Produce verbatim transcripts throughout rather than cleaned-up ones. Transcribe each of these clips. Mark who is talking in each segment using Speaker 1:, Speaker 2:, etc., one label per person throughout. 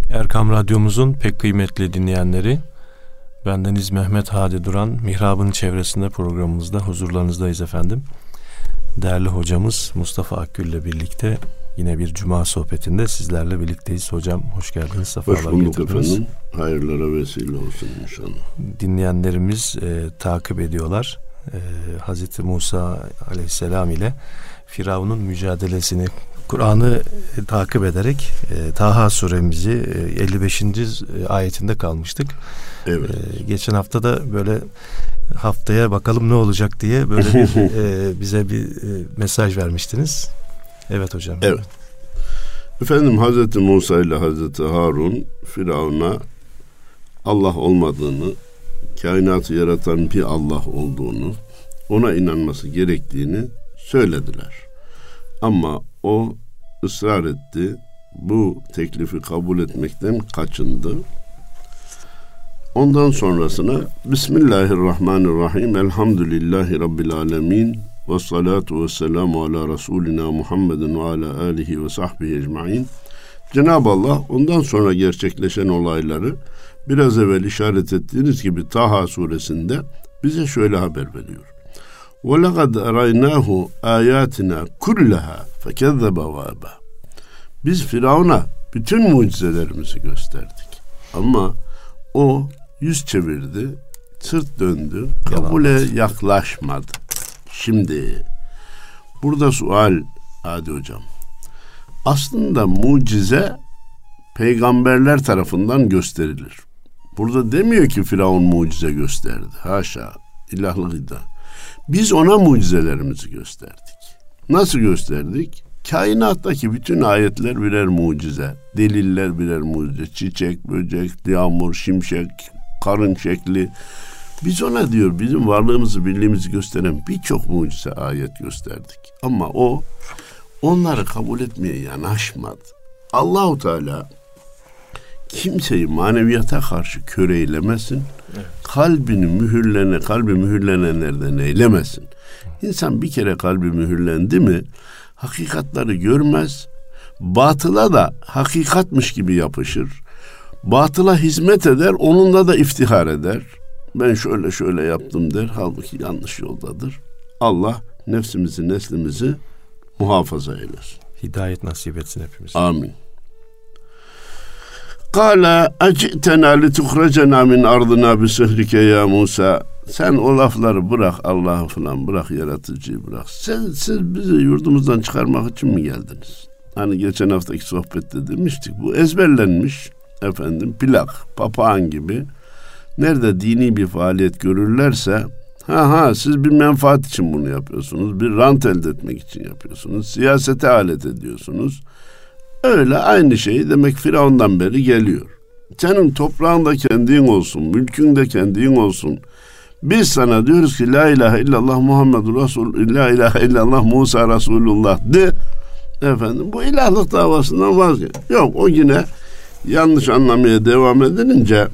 Speaker 1: Erkam Radyomuzun pek kıymetli dinleyenleri, bendeniz Mehmet Hadi Duran, Mihrab'ın çevresinde programımızda huzurlarınızdayız efendim. Değerli hocamız Mustafa Akgül ile birlikte yine bir cuma sohbetinde sizlerle birlikteyiz. Hocam hoş geldiniz, sefalar
Speaker 2: getirdiniz.
Speaker 1: Hoş bulduk efendim.
Speaker 2: Hayırlara vesile olsun inşallah.
Speaker 1: Dinleyenlerimiz e, takip ediyorlar. E, Hazreti Musa Aleyhisselam ile Firavun'un mücadelesini, Kur'an'ı e, takip ederek e, Taha suremizi e, elli beşinci ayetinde kalmıştık.
Speaker 2: Evet.
Speaker 1: E, geçen hafta da böyle haftaya bakalım ne olacak diye böyle bir e, bize bir e, mesaj vermiştiniz. Evet hocam.
Speaker 2: Evet. Efendim Hazreti Musa ile Hazreti Harun Firavun'a Allah olmadığını, kainatı yaratan bir Allah olduğunu, ona inanması gerektiğini söylediler. Ama o ısrar etti. Bu teklifi kabul etmekten kaçındı. Ondan sonrasına Bismillahirrahmanirrahim. Elhamdülillahi Rabbil alemin. Ve salatu ve selamu ala Resulina Muhammedin ve ala alihi ve sahbihi ecmain. Cenab-ı Allah ondan sonra gerçekleşen olayları biraz evvel işaret ettiğiniz gibi Taha suresinde bize şöyle haber veriyor. وَلَقَدْ اَرَيْنَاهُ آيَاتِنَا كُلَّهَا فَكَذَّبَ وَأَبَى. Biz Firavun'a bütün mucizelerimizi gösterdik. Ama o yüz çevirdi, sırt döndü, kabule yaklaşmadı. Şimdi burada sual Hadi hocam. Aslında mucize peygamberler tarafından gösterilir. Burada demiyor ki Firavun mucize gösterdi. Haşa, ilahlık iddia. Biz ona mucizelerimizi gösterdik. Nasıl gösterdik? Kainattaki bütün ayetler birer mucize. Deliller birer mucize. Çiçek, böcek, yağmur, şimşek, karın şekli. Biz ona diyor bizim varlığımızı, birliğimizi gösteren birçok mucize ayet gösterdik. Ama o onları kabul etmeye yanaşmadı. Allahu Teala kimseyi maneviyata karşı kör eylemesin. Evet. Kalbini mühürlene, kalbi mühürlenenlerden eylemesin. İnsan bir kere kalbi mühürlendi mi hakikatları görmez. Batıla da hakikatmış gibi yapışır. Batıla hizmet eder, onunla da iftihar eder. Ben şöyle şöyle yaptım der. Halbuki yanlış yoldadır. Allah nefsimizi, neslimizi muhafaza eylesin.
Speaker 1: Hidayet nasip etsin hepimize.
Speaker 2: Amin. Kâle ec'tenâ litukhrecena min ardına bisihrike ya Musa. Sen o lafları bırak, Allah'ı falan bırak, yaratıcıyı bırak. Sen, siz bizi yurdumuzdan çıkarmak için mi geldiniz? Hani geçen haftaki sohbette demiştik. Bu ezberlenmiş efendim plak, papağan gibi. Nerede dini bir faaliyet görürlerse ha ha siz bir menfaat için bunu yapıyorsunuz. Bir rant elde etmek için yapıyorsunuz. Siyasete alet ediyorsunuz. Öyle aynı şey demek Firavun'dan beri geliyor. Senin toprağın da kendin olsun, mülkün de kendin olsun. Biz sana diyoruz ki la ilahe illallah Muhammedur Resul, la ilahe illallah Musa Resulullah de. Efendim bu ilahlık davasından vazgeç. Yok o yine yanlış anlamaya devam edilince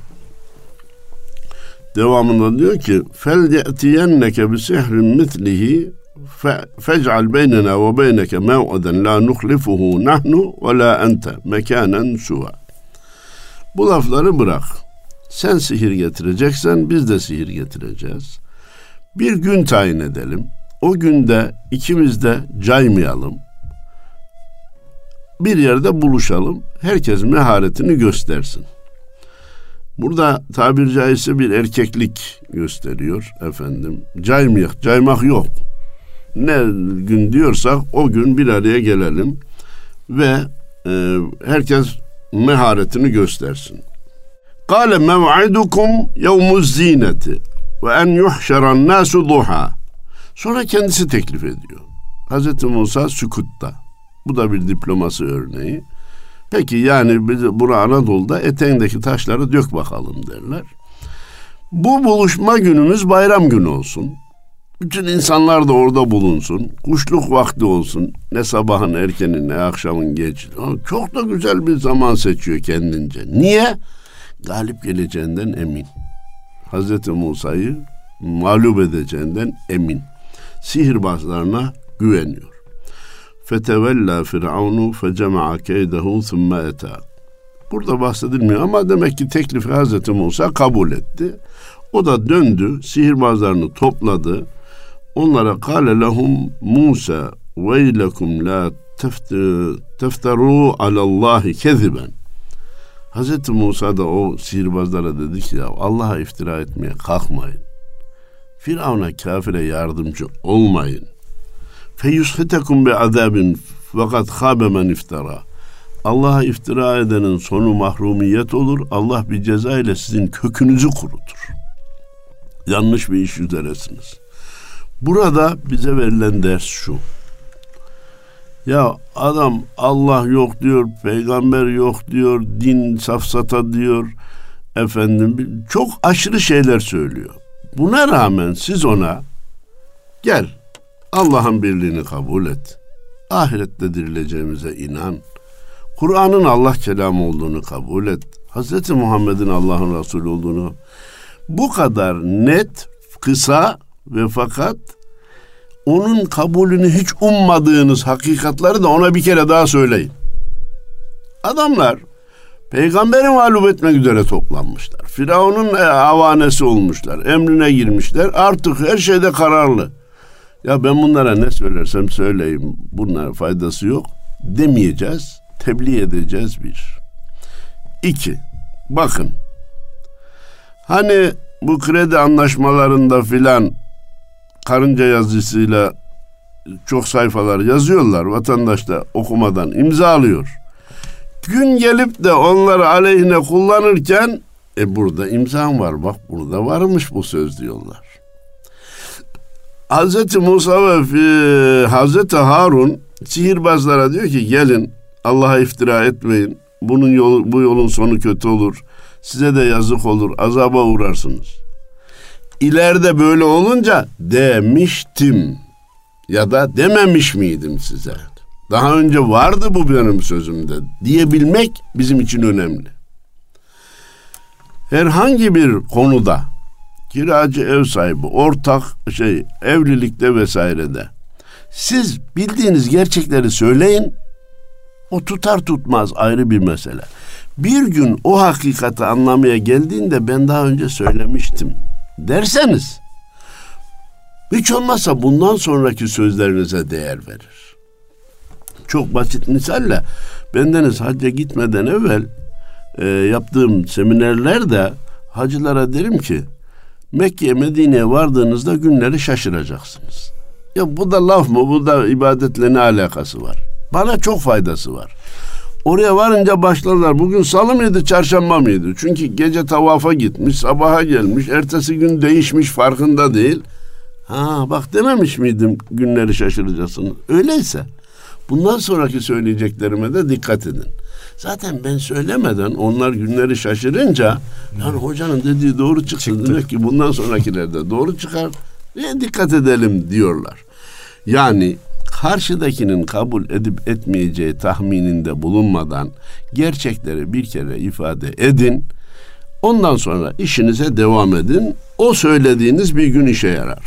Speaker 2: devamında diyor ki fel ye'tiyenneke bi sihrin mislihi fec'al beynena ve beyneke mev'uden la nuhlifuhu nahnu ve la ente mekanen suva. Bu lafları bırak. Sen sihir getireceksen biz de sihir getireceğiz. Bir gün tayin edelim. O günde ikimiz de caymayalım. Bir yerde buluşalım. Herkes meharetini göstersin. Burada tabiri caizse bir erkeklik gösteriyor efendim. Caymayak, caymak yok. Ne gün diyorsak o gün bir araya gelelim ve e, herkes meharetini göstersin. Kâle mev'idukum yevmuz zineti ve en yuhşeran nasu duha. Sonra kendisi teklif ediyor. Hazreti Musa sükutta. Bu da bir diplomasi örneği. Peki yani biz bura Anadolu'da eteğindeki taşları dök bakalım derler. Bu buluşma günümüz bayram günü olsun. Bütün insanlar da orada bulunsun. Kuşluk vakti olsun. Ne sabahın erkeni ne akşamın geç. Çok da güzel bir zaman seçiyor kendince. Niye? Galip geleceğinden emin. Hazreti Musa'yı mağlup edeceğinden emin. Sihirbazlarına güveniyor. Fetevella Firavunu fecema'a keydehu thumme eta. burada bahsedilmiyor ama demek ki teklifi Hazreti Musa kabul etti. O da döndü, sihirbazlarını topladı. Onlara kâle lehum Musa veylekum la tefteru alallahi keziben. Hazreti Musa da o sihirbazlara dedi ki ya Allah'a iftira etmeye kalkmayın. Firavun'a, kafire yardımcı olmayın. Feyushitekum bi azabin fakat khabe men iftara. Allah'a iftira edenin sonu mahrumiyet olur. Allah bir ceza ile sizin kökünüzü kurutur. Yanlış bir iş üzeresiniz. Burada bize verilen ders şu. Ya adam Allah yok diyor, peygamber yok diyor, din safsata diyor, efendim çok aşırı şeyler söylüyor. Buna rağmen siz ona gel Allah'ın birliğini kabul et. Ahirette dirileceğimize inan. Kur'an'ın Allah kelamı olduğunu kabul et. Hazreti Muhammed'in Allah'ın Resulü olduğunu. Bu kadar net, kısa ve fakat onun kabulünü hiç ummadığınız hakikatleri de ona bir kere daha söyleyin. Adamlar peygamberi mağlup etmek üzere toplanmışlar. Firavun'un avanesi olmuşlar. Emrine girmişler. Artık her şeyde kararlı. Ya ben bunlara ne söylersem söyleyeyim, bunlara faydası yok demeyeceğiz. Tebliğ edeceğiz bir. İki, bakın. Hani bu kredi anlaşmalarında filan karınca yazısıyla çok sayfalar yazıyorlar. Vatandaş da okumadan imzalıyor. Gün gelip de onları aleyhine kullanırken e burada imzam var. Bak burada varmış bu söz diyorlar. Hazreti Musa ve e, Hazreti Harun sihirbazlara diyor ki gelin Allah'a iftira etmeyin. Bunun yolu, bu yolun sonu kötü olur. Size de yazık olur. Azaba uğrarsınız. İleride böyle olunca demiştim ya da dememiş miydim size? Daha önce vardı bu benim sözümde diyebilmek bizim için önemli. Herhangi bir konuda kiracı ev sahibi, ortak şey, evlilikte vesairede siz bildiğiniz gerçekleri söyleyin. O tutar tutmaz ayrı bir mesele. Bir gün o hakikati anlamaya geldiğinde ben daha önce söylemiştim derseniz hiç olmazsa bundan sonraki sözlerinize değer verir. Çok basit misalle bendeniz hacca gitmeden evvel e, yaptığım seminerlerde hacılara derim ki Mekke'ye, Medine'ye vardığınızda günleri şaşıracaksınız. Ya bu da laf mı? Bu da ibadetle ne alakası var? Bana çok faydası var. Oraya varınca başlarlar. Bugün salı mıydı, çarşamba mıydı? Çünkü gece tavafa gitmiş, sabaha gelmiş, ertesi gün değişmiş, farkında değil. Ha bak dememiş miydim günleri şaşıracaksınız? Öyleyse bundan sonraki söyleyeceklerime de dikkat edin. Zaten ben söylemeden onlar günleri şaşırınca yani hocanın dediği doğru çıktı. Çıktı. Demek ki bundan sonrakilerde doğru çıkar. E, dikkat edelim diyorlar. Yani karşıdakinin kabul edip etmeyeceği tahmininde bulunmadan gerçekleri bir kere ifade edin. Ondan sonra işinize devam edin. O söylediğiniz bir gün işe yarar.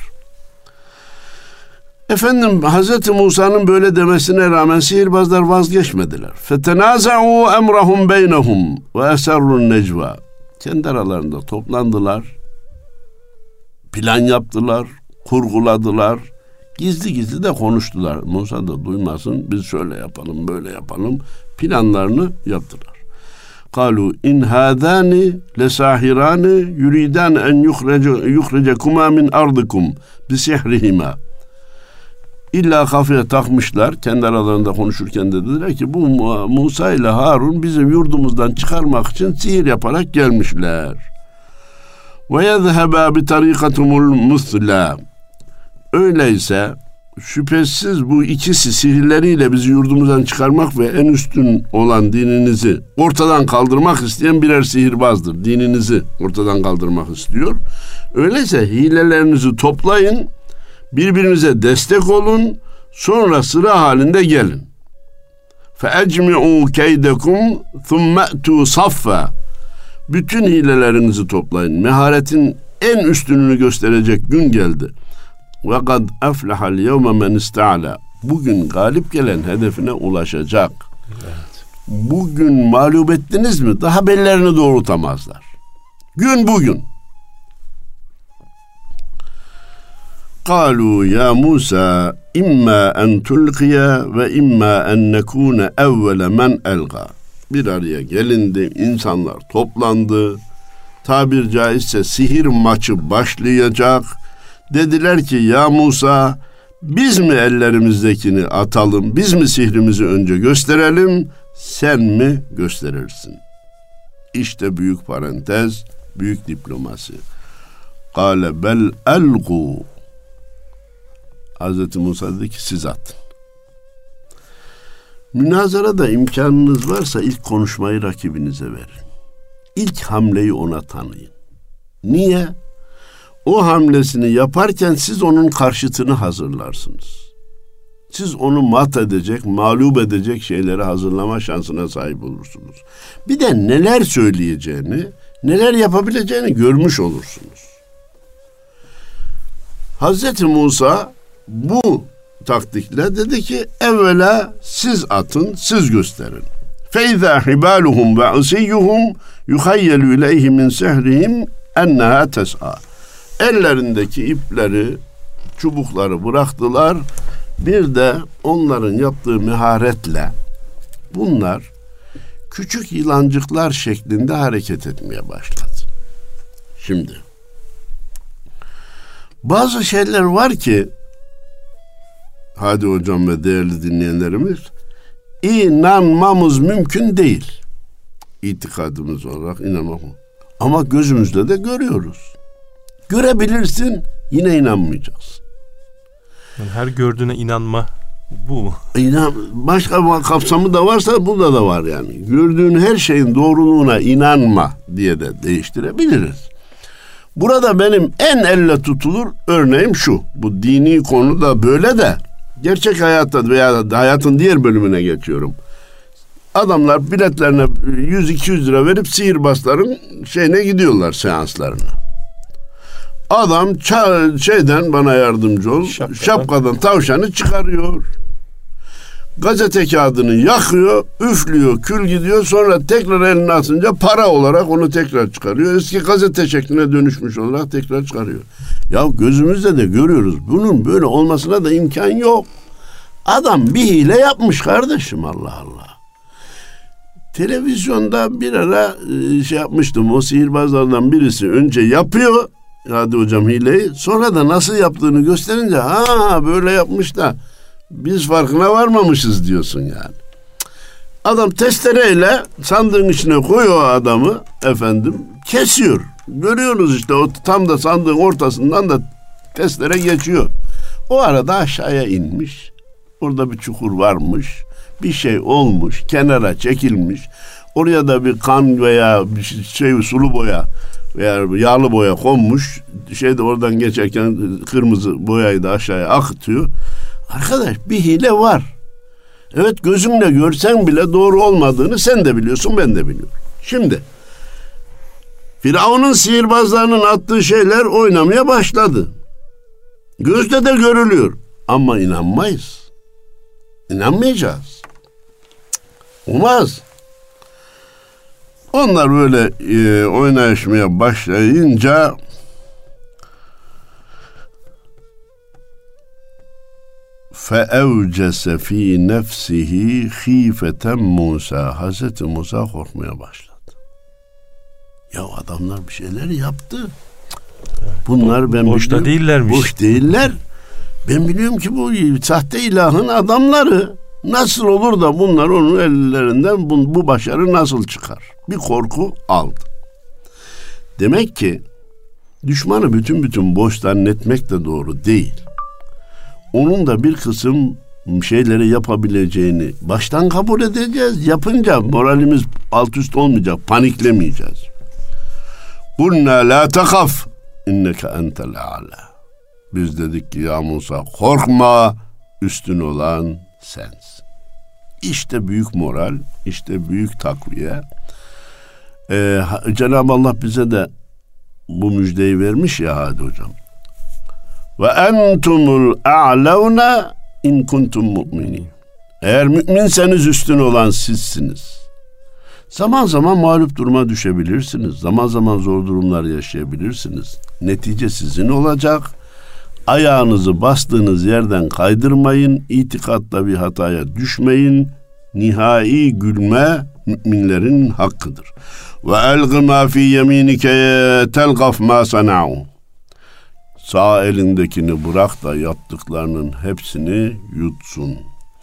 Speaker 2: Efendim Hazreti Musa'nın böyle demesine rağmen sihirbazlar vazgeçmediler. Fetenaza'u emrahum beynehum ve eserrun necva. Kendi aralarında toplandılar. Plan yaptılar, kurguladılar. Gizli gizli de konuştular. Musa da duymasın, biz şöyle yapalım, böyle yapalım. Planlarını yaptılar. Kalu in hadani lesahirani yuridan en yukhrijekuma min ardikum bi sihrihima. İlla kafaya takmışlar. Kendi aralarında konuşurken de dediler ki bu Musa ile Harun bizim yurdumuzdan çıkarmak için sihir yaparak gelmişler. Ve yezheba bi tarikatumul musla. Öyleyse şüphesiz bu ikisi sihirleriyle bizi yurdumuzdan çıkarmak ve en üstün olan dininizi ortadan kaldırmak isteyen birer sihirbazdır. Dininizi ortadan kaldırmak istiyor. Öyleyse hilelerinizi toplayın, birbirinize destek olun, sonra sıra halinde gelin. فَاَجْمِعُوا كَيْدَكُمْ ثُمَّ اَتُوا صَفَّا. Bütün hilelerinizi toplayın. Meharetin en üstününü gösterecek gün geldi. وَقَدْ اَفْلَحَ الْيَوْمَ مَنْ اِسْتَعْلَى. Bugün galip gelen hedefine ulaşacak. Evet. bugün mağlup ettiniz mi daha bellerini doğrultamazlar. Gün bugün. قالوا يا موسى إما أن تلقي وإما أن نكون أول من ألقى. Bir araya gelindi, insanlar toplandı. Tabir caizse sihir maçı başlayacak. Dediler ki ya Musa, biz mi ellerimizdekini atalım, biz mi sihrimizi önce gösterelim, sen mi gösterirsin? İşte büyük parantez, büyük diplomasi. Kâle bel elgû. Hazreti Musa dedi ki siz atın. Münazarada imkanınız varsa ilk konuşmayı rakibinize verin. İlk hamleyi ona tanıyın. Niye? O hamlesini yaparken siz onun karşıtını hazırlarsınız. Siz onu mat edecek, mağlup edecek şeyleri hazırlama şansına sahip olursunuz. Bir de neler söyleyeceğini, neler yapabileceğini görmüş olursunuz. Hazreti Musa bu taktikle dedi ki evvela siz atın, siz gösterin. فَاِذَا حِبَالُهُمْ وَعُسِيُّهُمْ يُخَيَّلُ اِلَيْهِ مِنْ سَهْرِهِمْ اَنَّهَا تَسْعَى. Ellerindeki ipleri, çubukları bıraktılar. Bir de onların yaptığı meharetle bunlar küçük yılancıklar şeklinde hareket etmeye başladı. Şimdi bazı şeyler var ki hadi hocam ve değerli dinleyenlerimiz inanmamız mümkün değil. İtikadımız olarak inanmamız. Ama gözümüzle de görüyoruz. Görebilirsin, yine inanmayacaksın.
Speaker 1: Yani her gördüğüne inanma bu mu?
Speaker 2: İnan, başka kapsamı da varsa burada da var yani. Gördüğün her şeyin doğruluğuna inanma diye de değiştirebiliriz. Burada benim en elle tutulur örneğim şu. Bu dini konu da böyle de gerçek hayatta veya hayatın diğer bölümüne geçiyorum. Adamlar biletlerine yüz iki yüz lira verip sihirbazların şeyine gidiyorlar, seanslarına. Adam ça- şeyden bana yardımcı ol, şapkadan. şapkadan tavşanı çıkarıyor. Gazete kağıdını yakıyor, üflüyor, kül gidiyor. Sonra tekrar eline atınca para olarak onu tekrar çıkarıyor. Eski gazete şekline dönüşmüş olarak tekrar çıkarıyor. Ya gözümüzle de görüyoruz. Bunun böyle olmasına da imkan yok. Adam bir hile yapmış kardeşim, Allah Allah. Televizyonda bir ara şey yapmıştım. O sihirbazlardan birisi önce yapıyor. Hadi hocam hileyi. Sonra da nasıl yaptığını gösterince ha böyle yapmış da biz farkına varmamışız diyorsun yani. Adam testereyle sandığın içine koyuyor adamı efendim kesiyor. Görüyoruz işte o tam da sandığın ortasından da testere geçiyor. O arada aşağıya inmiş. Orada bir çukur varmış. Bir şey olmuş. Kenara çekilmiş. Oraya da bir kan veya bir şey sulu boya veya yağlı boya konmuş. Şey de oradan geçerken kırmızı boyayı da aşağıya akıtıyor. Arkadaş bir hile var. Evet gözünle görsen bile doğru olmadığını sen de biliyorsun, ben de biliyorum. Şimdi Firavun'un sihirbazlarının attığı şeyler oynamaya başladı. Gözde de görülüyor. Ama inanmayız. İnanmayacağız. Olmaz. Onlar böyle e, oynaşmaya başlayınca فَاَوْجَسَ ف۪ي نَفْسِهِ خِيفَةً Musa. Hazreti Musa korkmaya başladı. Ya adamlar bir şeyler yaptı. Bunlar ben
Speaker 1: boşta
Speaker 2: biliyorum,
Speaker 1: değillermiş.
Speaker 2: Boş değiller. Ben biliyorum ki bu sahte ilahın adamları. Nasıl olur da bunlar onun ellerinden bu, bu başarı nasıl çıkar? Bir korku aldı. Demek ki düşmanı bütün bütün boş zannetmek de doğru değil. Onun da bir kısım şeyleri yapabileceğini baştan kabul edeceğiz. Yapınca moralimiz alt üst olmayacak, paniklemeyeceğiz. Kulna la takaf inneke entel a'la. Biz dedik ki ya Musa korkma, üstün olan sensin. İşte büyük moral, işte büyük takviye. Ee, Cenab-ı Allah bize de bu müjdeyi vermiş ya hadi hocam. Ve entumul a'launa in kuntum mu'minin. Eğer müminseniz üstün olan sizsiniz. Zaman zaman mağlup duruma düşebilirsiniz. Zaman zaman zor durumlar yaşayabilirsiniz. Netice sizin olacak. Ayağınızı bastığınız yerden kaydırmayın. İtikatta bir hataya düşmeyin. Nihai gülme müminlerin hakkıdır. Ve elgı ma fi yeminike telgaf ma sana'u. Sağ elindekini bırak da yaptıklarının hepsini yutsun.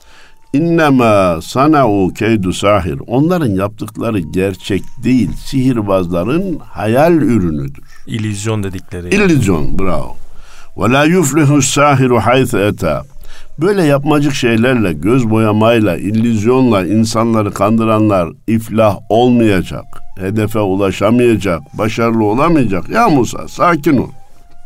Speaker 2: İnnemâ sana'u keydu sahir. Onların yaptıkları gerçek değil, sihirbazların hayal ürünüdür.
Speaker 1: İllüzyon dedikleri.
Speaker 2: İllüzyon, bravo. Ve la yuflihu sahiru haythu eta. Böyle yapmacık şeylerle, göz boyamayla, illüzyonla insanları kandıranlar iflah olmayacak, hedefe ulaşamayacak, başarılı olamayacak. Ya Musa, sakin ol.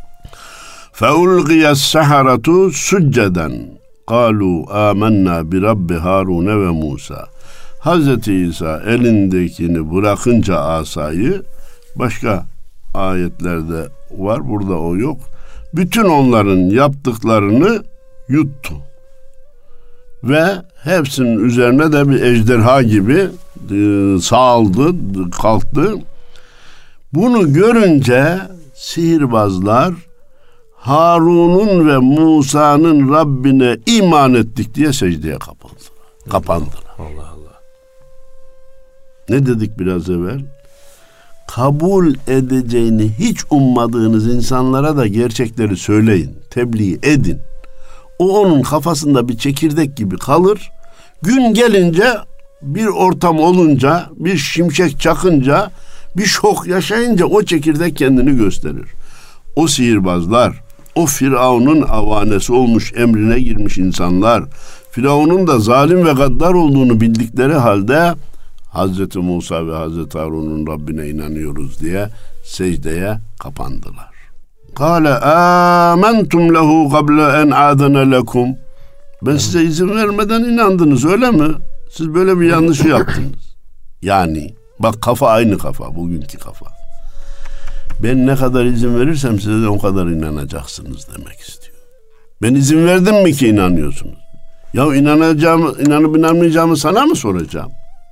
Speaker 2: فَاُلْغِيَ السَّحَرَةُ سُجَّدًا قَالُوا آمَنَّا بِرَبِّ هَارُونَ ve Musa. Hazreti İsa elindekini bırakınca asayı, başka ayetlerde var, burada o yok. Bütün onların yaptıklarını yuttu. Ve hepsinin üzerine de bir ejderha gibi e, sağaldı, kalktı. Bunu görünce sihirbazlar Harun'un ve Musa'nın Rabbine iman ettik diye secdeye kapıldılar. Kapandılar.
Speaker 1: Allah Allah.
Speaker 2: Ne dedik biraz evvel? Kabul edeceğini hiç ummadığınız insanlara da gerçekleri söyleyin, tebliğ edin. O onun kafasında bir çekirdek gibi kalır. Gün gelince, bir ortam olunca, bir şimşek çakınca, bir şok yaşayınca o çekirdek kendini gösterir. O sihirbazlar, o Firavun'un avanesi olmuş, emrine girmiş insanlar, Firavun'un da zalim ve gaddar olduğunu bildikleri halde Hazreti Musa ve Hazreti Harun'un Rabbine inanıyoruz diye secdeye kapandılar. Kâle âmentum lehu qabla en âdene lekum. Ben size izin vermeden inandınız, öyle mi? Siz böyle bir yanlışı yaptınız. Yani bak, kafa aynı kafa, bugünkü kafa. Ben ne kadar izin verirsem size de o kadar inanacaksınız demek istiyor. Ben izin verdim mi ki inanıyorsunuz? Ya inanacağımı, inanıp inanmayacağımı sana mı soracağım?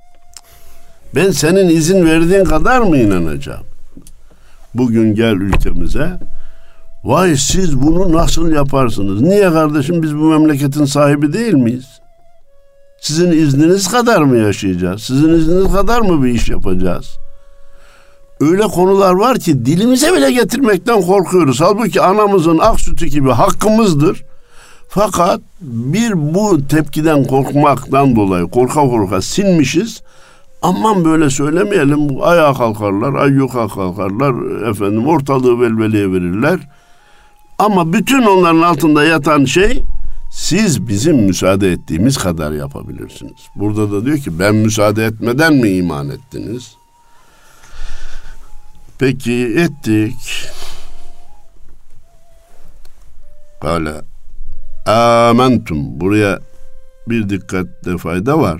Speaker 2: Ben senin izin verdiğin kadar mı inanacağım? Bugün gel ülkemize, vay siz bunu nasıl yaparsınız? Niye kardeşim, biz bu memleketin sahibi değil miyiz? Sizin izniniz kadar mı yaşayacağız? Sizin izniniz kadar mı bir iş yapacağız? Öyle konular var ki dilimize bile getirmekten korkuyoruz. Halbuki anamızın ak sütü gibi hakkımızdır. Fakat bir bu tepkiden korkmaktan dolayı korka korka sinmişiz. Aman böyle söylemeyelim, ayağa kalkarlar, ayyuka kalkarlar, efendim ortalığı velveleye verirler. Ama bütün onların altında yatan şey, siz bizim müsaade ettiğimiz kadar yapabilirsiniz. Burada da diyor ki, ben müsaade etmeden mi iman ettiniz? Peki ettik. Kâle âmentum. Buraya bir dikkatle fayda var.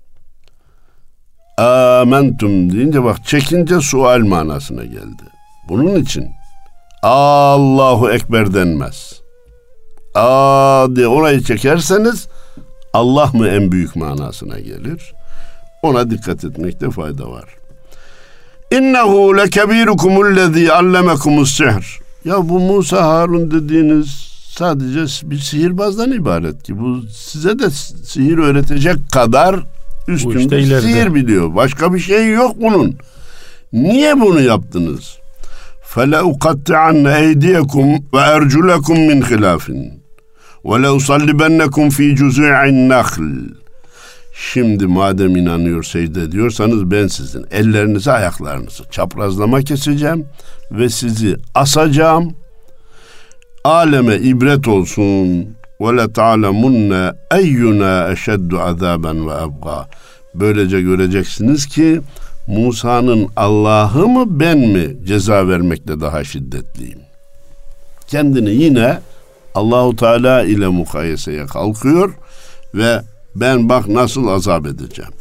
Speaker 2: Âmentum deyince bak, çekince sual manasına geldi. Bunun için Allahu Ekber denmez. Aa diye orayı çekerseniz Allah mı en büyük manasına gelir. Ona dikkat etmekte fayda var. İnnehu lekebirukumüllezî allemekumus sihr. Ya bu Musa Harun dediğiniz sadece bir sihirbazdan ibaret ki bu size de sihir öğretecek kadar üstün
Speaker 1: işte
Speaker 2: bir sihir biliyor. Başka bir şey yok bunun. Niye bunu yaptınız? فَلَاُقَطِّعَنَّ اَيْدِيَكُمْ وَاَرْجُلَكُمْ مِنْ خِلَافٍ وَلَاُصَلِّبَنَّكُمْ ف۪ي جُزُعِ النَّخْلِ. Şimdi madem inanıyor, secde ediyorsanız ben sizin ellerinizi ayaklarınızı çaprazlama keseceğim ve sizi asacağım. Aleme ibret olsun. وَلَتَعْلَمُنَّ اَيُّنَا اَشَدُّ عَذَابًا وَاَبْغَى. Böylece göreceksiniz ki Musa'nın Allah'ı mı ben mi ceza vermekte daha şiddetliyim. Kendini yine Allahu Teala ile mukayeseye kalkıyor ve ben bak nasıl azap edeceğim.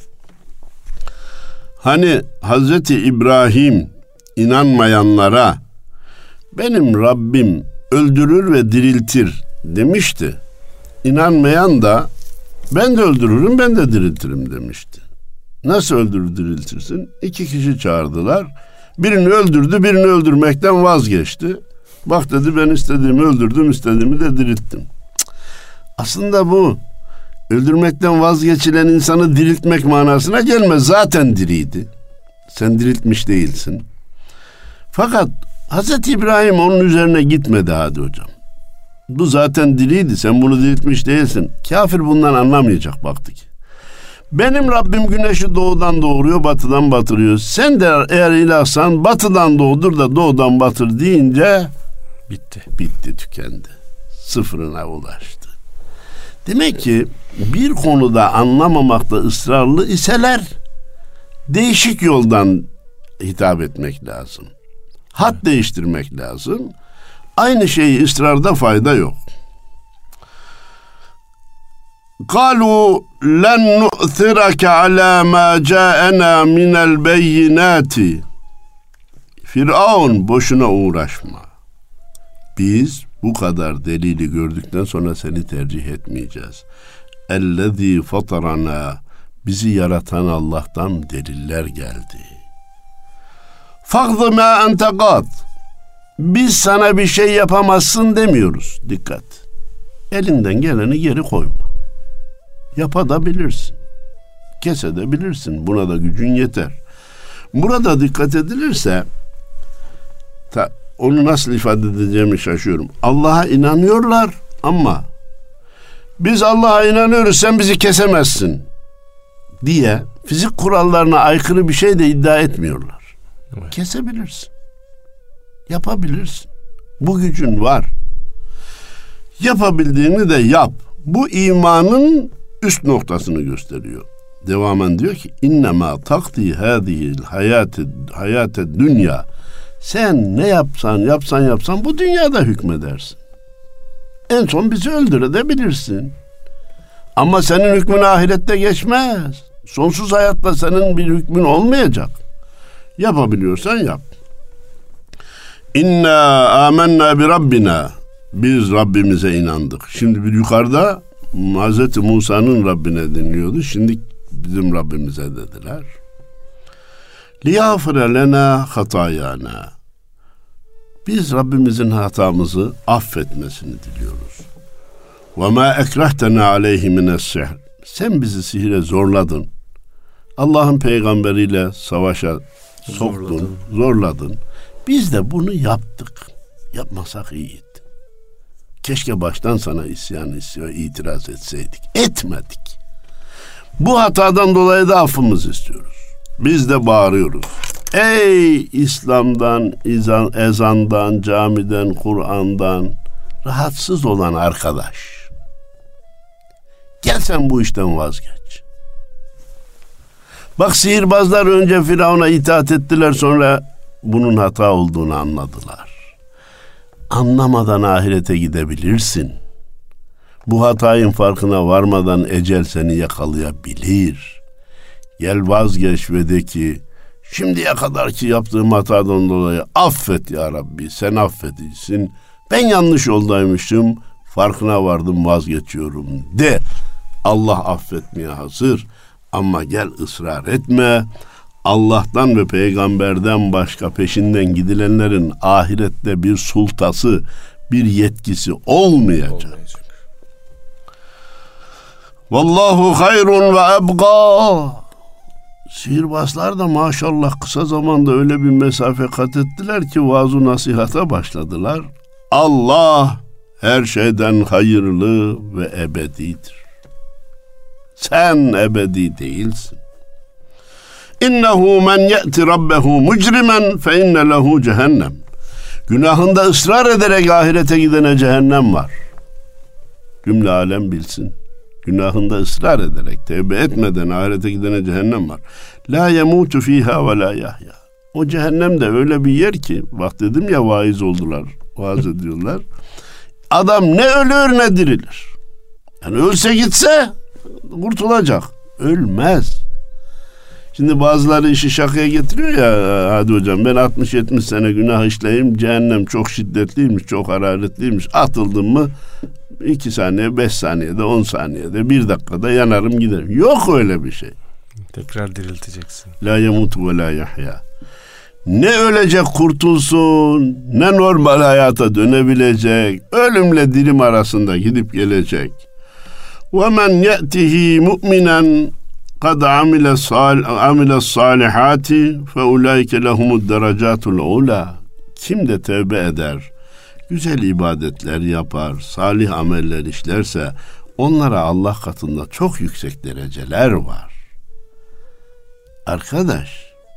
Speaker 2: Hani Hazreti İbrahim inanmayanlara benim Rabbim öldürür ve diriltir demişti. İnanmayan da Ben de öldürürüm, ben de diriltirim demişti. Nasıl öldürür diriltirsin? İki kişi çağırdılar. Birini öldürdü, birini öldürmekten vazgeçti. Bak dedi, ben istediğimi öldürdüm, istediğimi de dirilttim. Aslında bu öldürmekten vazgeçilen insanı diriltmek manasına gelmez. Zaten diriydi. Sen diriltmiş değilsin. Fakat Hazreti İbrahim onun üzerine gitmedi hadi hocam. Bu zaten diriydi, sen bunu diriltmiş değilsin. Kafir bundan anlamayacak baktı ki. Benim Rabbim güneşi doğudan doğuruyor, batıdan batırıyor. Sen de eğer ilahsan batıdan doğdur da doğudan batır deyince
Speaker 1: bitti.
Speaker 2: Bitti, tükendi. Sıfırına ulaştı. Demek ki bir konuda anlamamakta ısrarlı iseler değişik yoldan hitap etmek lazım. Hat evet. değiştirmek lazım. Aynı şeyi ısrarda fayda yok. قالوا لن نؤثرك على ما جاءنا من البينات. Firavun, boşuna uğraşma. Biz bu kadar delili gördükten sonra seni tercih etmeyeceğiz. اَلَّذ۪ي فَطَرَنَا. Bizi yaratan Allah'tan deliller geldi. فَقْضِ مَا أَنْتَ قَادٍ. Biz sana bir şey yapamazsın demiyoruz. Dikkat. Elinden geleni geri koyma. Yapabilirsin. Kesebilirsin. Buna da gücün yeter. Burada dikkat edilirse ta, onu nasıl ifade edeceğimi şaşıyorum. Allah'a inanıyorlar ama biz Allah'a inanıyoruz, sen bizi kesemezsin diye fizik kurallarına aykırı bir şey de iddia etmiyorlar. Evet. Kesebilirsin. Yapabilirsin. Bu gücün var. Yapabildiğini de yap. Bu imanın üst noktasını gösteriyor. Devamen diyor ki innema takdi hadihil hayate hayate dünya. Sen ne yapsan yapsan yapsan bu dünyada hükmedersin. En son bizi öldürebilirsin. Ama senin hükmün ahirette geçmez. Sonsuz hayatta senin bir hükmün olmayacak. Yapabiliyorsan yap. İnna amennâ bi Rabbina. Biz Rabbimize inandık. Şimdi bir yukarıda Hazreti Musa'nın Rabbine dinliyordu. Şimdi bizim Rabbimize dediler. Liyâfire lenâ hatâyâna. Biz Rabbimizin hatamızı affetmesini diliyoruz. Ve mâ ekrehtena aleyhi mine's-sihr. Sen bizi sihire zorladın. Allah'ın peygamberiyle savaşa soktun, zorladın. zorladın. Biz de bunu yaptık. Yapmasak iyiydi. Keşke baştan sana isyan istiyor, itiraz etseydik. Etmedik. Bu hatadan dolayı da affımızı istiyoruz. Biz de bağırıyoruz. Ey İslam'dan, izan, ezandan, camiden, Kur'an'dan rahatsız olan arkadaş. Gel sen bu işten vazgeç. Bak, sihirbazlar önce Firavun'a itaat ettiler, sonra bunun hata olduğunu anladılar. Anlamadan ahirete gidebilirsin. Bu hatayın farkına varmadan ecel seni yakalayabilir. Gel vazgeç ve de ki şimdiye kadarki yaptığım hatadan dolayı affet ya Rabbi, sen affedilsin. Ben yanlış yoldaymışım, farkına vardım, vazgeçiyorum de. Allah affetmeye hazır ama gel ısrar etme. Allah'tan ve peygamberden başka peşinden gidilenlerin ahirette bir sultası, bir yetkisi olmayacak. olmayacak. Vallahu hayrun ve ebgâ. Sihirbazlar da maşallah kısa zamanda öyle bir mesafe kat ettiler ki vaaz-ı nasihata başladılar. Allah her şeyden hayırlı ve ebedidir. Sen ebedi değilsin. İnnehu men ye'ti rabbehu mucrimen fe inne lehu cehennem. Günahında ısrar ederek ahirete gidene cehennem var. Cümle alem bilsin. Günahında ısrar ederek, tevbe etmeden ahirete gidene cehennem var. La yemutu fiha ve la yahya. O cehennem de öyle bir yer ki, bak dedim ya vaiz oldular, vaaz ediyorlar. Adam ne ölür ne dirilir. Yani ölse gitse kurtulacak. Ölmez. Şimdi bazıları işi şakaya getiriyor ya, hadi hocam ben altmış yetmiş sene günah işleyeyim, cehennem çok şiddetliymiş, çok hararetliymiş, atıldım mı iki saniye, beş saniyede, on saniyede, bir dakikada yanarım giderim. Yok öyle bir şey.
Speaker 1: Tekrar dirilteceksin.
Speaker 2: La yemutu ve la yahya. Ne ölecek kurtulsun, ne normal hayata dönebilecek, ölümle dirim arasında gidip gelecek. وَمَنْ يَأْتِهِ مُؤْمِنًا قَدْ عَمِلَ الصَّالِحَاتِ فَاُولَٰئِكَ لَهُمُ الدَّرَجَاتُ الْعُولَى. Kim de tövbe eder, güzel ibadetler yapar, salih ameller işlerse onlara Allah katında çok yüksek dereceler var. Arkadaş,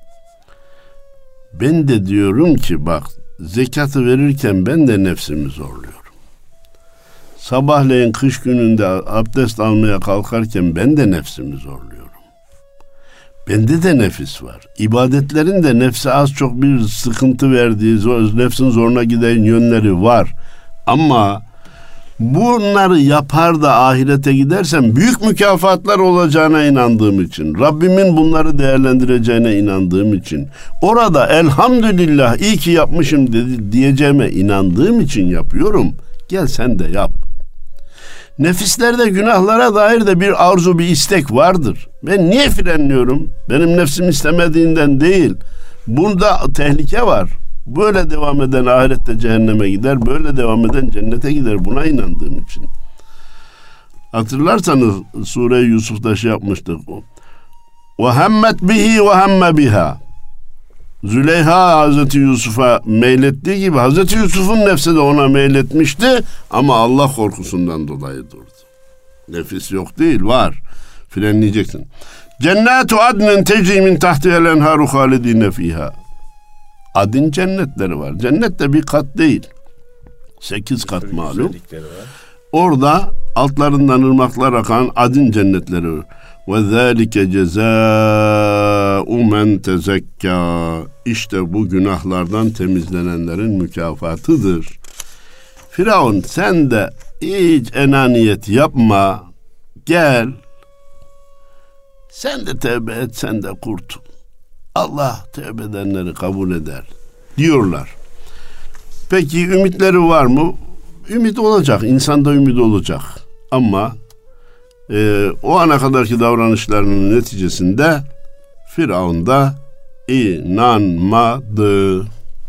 Speaker 2: ben de diyorum ki bak, zekatı verirken ben de nefsimi zorluyorum. Sabahleyin kış gününde abdest almaya kalkarken ben de nefsimi zorluyorum. Bende de nefis var. İbadetlerin de nefse az çok bir sıkıntı verdiği, nefsin zoruna giden yönleri var. Ama bunları yapar da ahirete gidersem büyük mükafatlar olacağına inandığım için, Rabbimin bunları değerlendireceğine inandığım için, orada elhamdülillah iyi ki yapmışım dedi, diyeceğime inandığım için yapıyorum. Gel sen de yap. Nefislerde günahlara dair de bir arzu, bir istek vardır. Ben niye frenliyorum? Benim nefsim istemediğinden değil. Bunda tehlike var. Böyle devam eden ahirette cehenneme gider, böyle devam eden cennete gider. Buna inandığım için. Hatırlarsanız Sure-i Yusuf'ta şey yapmıştık. وَهَمَّتْ بِهِ وَهَمَّ بِهَا. Züleyha Hazreti Yusuf'a meylettiği gibi Hazreti Yusuf'un nefsi de ona meyletmişti ama Allah korkusundan dolayı durdu. Nefis yok değil, var. Frenleyeceksin. Cennetu adnin tecri min tahtiha'l enharu halidine fiha. Adin cennetleri var. Cennet de bir kat değil. Sekiz kat malum. Orada altlarından ırmaklar akan adin cennetleri var. وَذَٰلِكَ جَزَاءُ مَنْ تَزَكَّى. İşte bu günahlardan temizlenenlerin mükafatıdır. Firavun sen de hiç enaniyet yapma. Gel. Sen de tevbe et, sen de kurtul. Allah tevbe edenleri kabul eder diyorlar. Peki ümitleri var mı? Ümit olacak. İnsanda ümit olacak. Ama Ee, o ana kadarki davranışlarının neticesinde Firavun da inanmadı.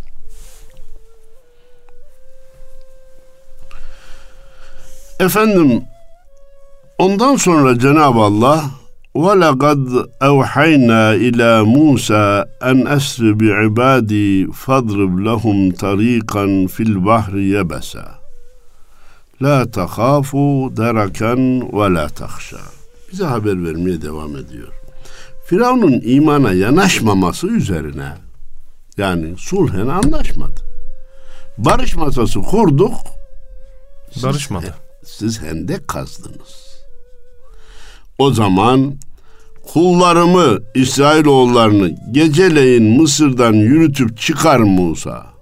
Speaker 2: Efendim, ondan sonra Cenab-ı Allah وَلَقَدْ اَوْحَيْنَا اِلَى مُوسَى اَنْ اَسْرِ بِعِبَادِي فَاضْرِبْ لَهُمْ طَرِيقًا فِي الْبَحْرِ يَبَسًا La tahafu deraken ve la tahşa. Bize haber vermeye devam ediyor. Firavun'un imana yanaşmaması üzerine, yani sulhen anlaşmadı. Barış masası kurduk.
Speaker 1: Barışmadı.
Speaker 2: Siz, siz hendek kazdınız. O zaman kullarımı, İsrailoğullarını geceleyin Mısır'dan yürütüp çıkar Musa.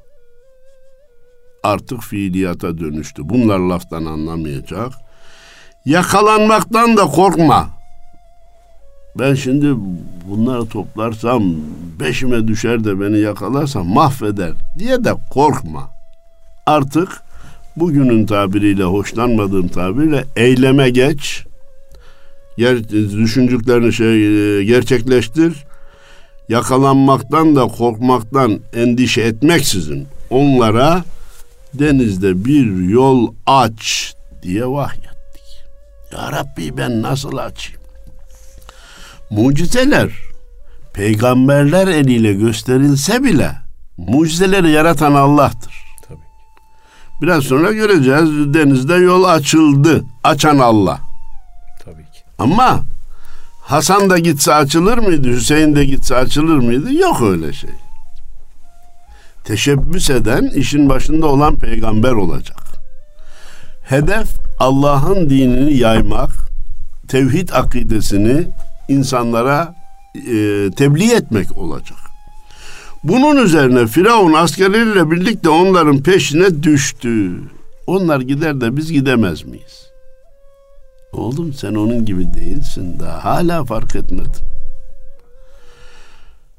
Speaker 2: Artık fiiliyata dönüştü. Bunlar laftan anlamayacak. Yakalanmaktan da korkma. Ben şimdi bunları toplarsam, peşime düşer de beni yakalarsa mahveder diye de korkma. Artık bugünün tabiriyle, hoşlanmadığım tabiriyle eyleme geç. Ger- düşündüklerini şey, gerçekleştir. Yakalanmaktan da korkmaktan endişe etmeksizin onlara denizde bir yol aç diye vahyettik. Ya Rabbi ben nasıl açayım? Mucizeler peygamberler eliyle gösterilse bile mucizeleri yaratan Allah'tır.
Speaker 1: Tabii.
Speaker 2: Biraz sonra göreceğiz, denizde yol açıldı. Açan Allah.
Speaker 1: Tabii ki.
Speaker 2: Ama Hasan da gitse açılır mıydı? Hüseyin de gitse açılır mıydı? Yok öyle şey. Teşebbüs eden, işin başında olan peygamber olacak. Hedef Allah'ın dinini yaymak, tevhid akidesini insanlara e, tebliğ etmek olacak. Bunun üzerine Firavun askerleriyle birlikte onların peşine düştü. Onlar gider de biz gidemez miyiz? Oğlum sen onun gibi değilsin, daha hala fark etmedin.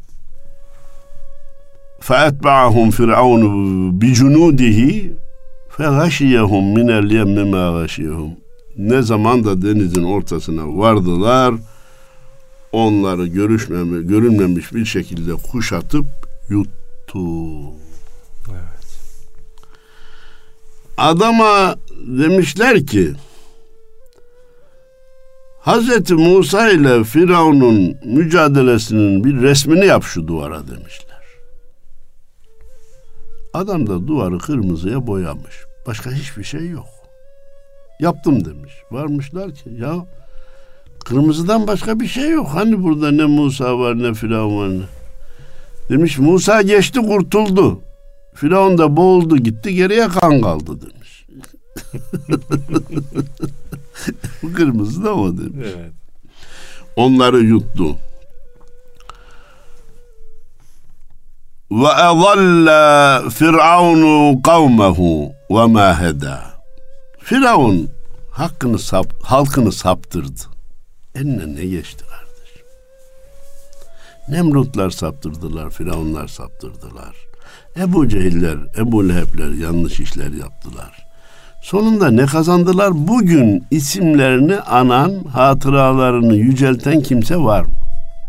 Speaker 2: فَاَتْبَعَهُمْ فِرْعَوْنُ بِجُنُودِهِ فَغَشِيَهُمْ مِنَ الْيَمِّ مَا غَشِيَهُمْ. Ne zaman da denizin ortasına vardılar, onları görüşmemi, görünmemiş bir şekilde kuşatıp yuttu.
Speaker 1: Evet.
Speaker 2: Adama demişler ki, Hazreti Musa ile Firavun'un mücadelesinin bir resmini yap şu duvara demişler. Adam da duvarı kırmızıya boyamış. Başka hiçbir şey yok. Yaptım demiş. Varmışlar ki ya kırmızıdan başka bir şey yok. Hani burada ne Musa var ne Firavun var ne. Demiş Musa geçti kurtuldu. Firavun da boğuldu gitti geriye kan kaldı demiş. Bu kırmızı da o demiş.
Speaker 1: Evet.
Speaker 2: Onları yuttu. Ve ezalla Firavunu kavmehu ve ma heda. Firavun hakkını sap, halkını saptırdı. Eline ne geçti kardeşim? Nemrutlar saptırdılar, Firavunlar saptırdılar. Ebu Cehiller, Ebu Lehebler yanlış işler yaptılar. Sonunda ne kazandılar? Bugün isimlerini anan, hatıralarını yücelten kimse var mı?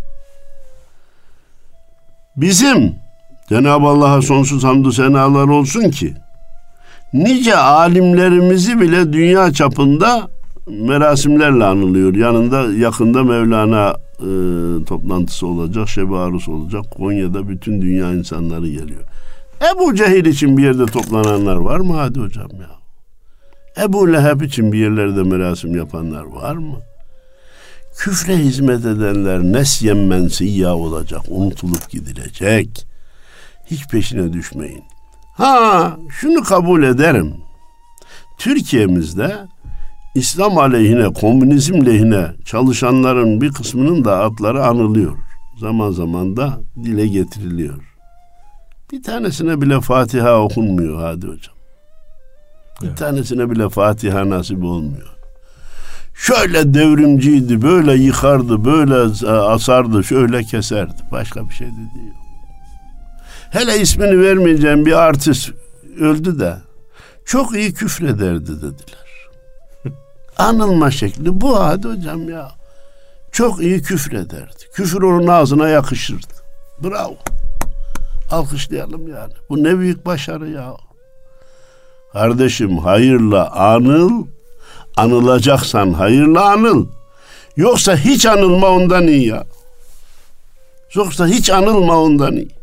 Speaker 2: Bizim Cenab-ı Allah'a sonsuz hamdü senalar olsun ki nice alimlerimizi bile dünya çapında merasimlerle anılıyor. Yanında yakında Mevlana e, toplantısı olacak, Şebi Arus olacak. Konya'da bütün dünya insanları geliyor. Ebu Cehil için bir yerde toplananlar var mı? Hadi hocam ya. Ebu Leheb için bir yerlerde merasim yapanlar var mı? Küfre hizmet edenler nesyen mensiyya olacak, unutulup gidilecek. Hiç peşine düşmeyin. Ha, şunu kabul ederim. Türkiye'mizde İslam aleyhine, komünizm lehine çalışanların bir kısmının da adları anılıyor. Zaman zaman da dile getiriliyor. Bir tanesine bile Fatiha okunmuyor hadi hocam. Bir evet. tanesine bile Fatiha nasip olmuyor. Şöyle devrimciydi, böyle yıkardı, böyle asardı, şöyle keserdi. Başka bir şey de değil. Hele ismini vermeyeceğim bir artist öldü de çok iyi küfrederdi dediler. Anılma şekli bu hadi hocam ya. Çok iyi küfrederdi. Küfür onun ağzına yakışırdı. Bravo. Alkışlayalım yani. Bu ne büyük başarı ya. Kardeşim hayırla anıl, anılacaksan hayırla anıl. Yoksa hiç anılma ondan iyi ya. Yoksa hiç anılma ondan iyi.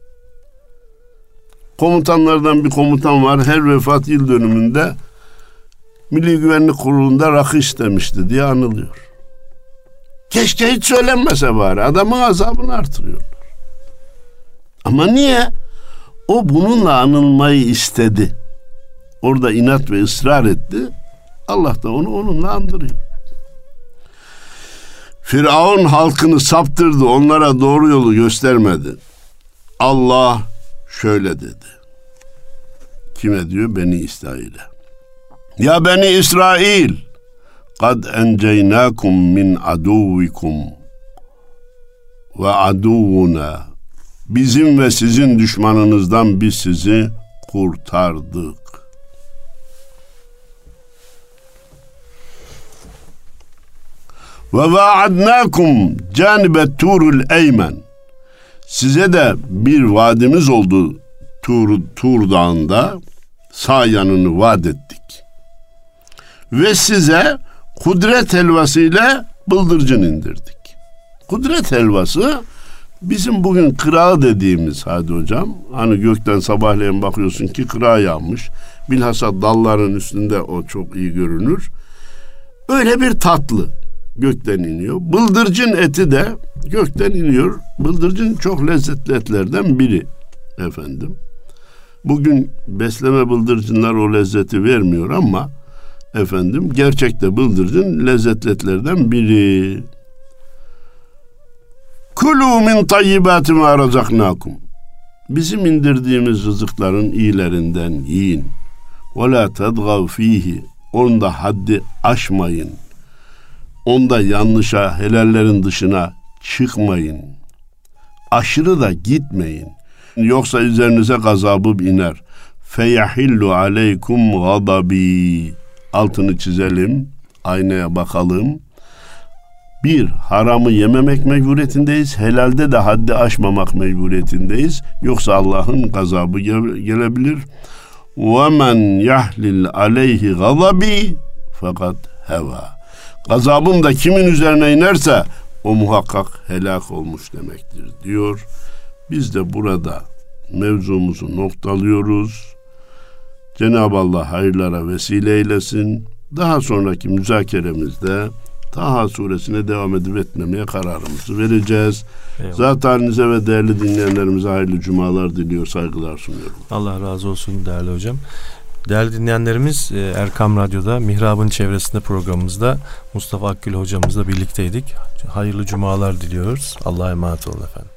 Speaker 2: Komutanlardan bir komutan var. Her vefat yıl dönümünde Milli Güvenlik Kurulu'nda rakı istemişti diye anılıyor. Keşke hiç söylenmese bari. Adamın azabını artırıyorlar. Ama niye? O bununla anılmayı istedi. Orada inat ve ısrar etti. Allah da onu onunla andırıyor. Firavun halkını saptırdı. Onlara doğru yolu göstermedi. Allah şöyle dedi. Kime diyor? Beni İsrail'e. Ya Beni İsrail, kad enceynakum min aduvikum ve aduvuna. Bizim ve sizin düşmanınızdan biz sizi kurtardık. Ve vaadnakum canibet turul eymen. Size de bir vaadimiz oldu Tur, Tur Dağı'nda, sağ yanını vaat ettik. Ve size kudret helvası ile bıldırcın indirdik. Kudret helvası bizim bugün kırağı dediğimiz hadi hocam. Hani gökten sabahleyin bakıyorsun ki kırağı yağmış. Bilhassa dalların üstünde o çok iyi görünür. Öyle bir tatlı gökten iniyor. Bıldırcın eti de gökten iniyor. Bıldırcın çok lezzetli etlerden biri efendim. Bugün besleme bıldırcınlar o lezzeti vermiyor ama efendim gerçekte bıldırcın lezzetli etlerden biri. Kulu min tayyibati ma razaknakum. Bizim indirdiğimiz rızıkların iyilerinden yiyin. Ve la tadgav fihi. Onda haddi aşmayın. Onda yanlışa, helallerin dışına çıkmayın. Aşırı da gitmeyin. Yoksa üzerinize gazabı iner. feyahillu aleykum gadabi. Altını çizelim, aynaya bakalım. Bir, haramı yememek mecburiyetindeyiz. Helalde de haddi aşmamak mecburiyetindeyiz. Yoksa Allah'ın gazabı gel- gelebilir. وَمَنْ يَحْلِلْ عَلَيْهِ غَضَبِي fakat heva. Gazabım da kimin üzerine inerse o muhakkak helak olmuş demektir diyor. Biz de burada mevzumuzu noktalıyoruz. Cenab-ı Allah hayırlara vesile eylesin. Daha sonraki müzakeremizde Taha suresine devam edip etmemeye kararımızı vereceğiz. Eyvallah. Zat halinize ve değerli dinleyenlerimize hayırlı cumalar diliyor, saygılar sunuyorum.
Speaker 1: Allah razı olsun değerli hocam. Değerli dinleyenlerimiz, Erkam Radyo'da Mihrab'ın çevresinde programımızda Mustafa Akgül hocamızla birlikteydik. Hayırlı cumalar diliyoruz. Allah'a emanet olun efendim.